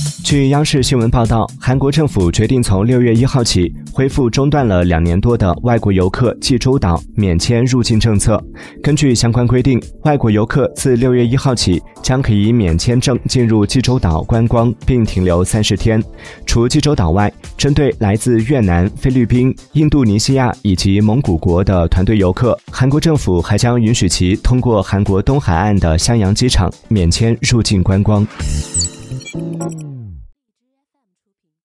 据央视新闻报道，韩国政府决定从6月1号起恢复中断了2年多的外国游客济州岛免签入境政策。根据相关规定，外国游客自6月1号起将可以免签证进入济州岛观光并停留30天。除济州岛外，针对来自越南、菲律宾、印度尼西亚以及蒙古国的团队游客，韩国政府还将允许其通过韩国东海岸的襄阳机场免签入境观光。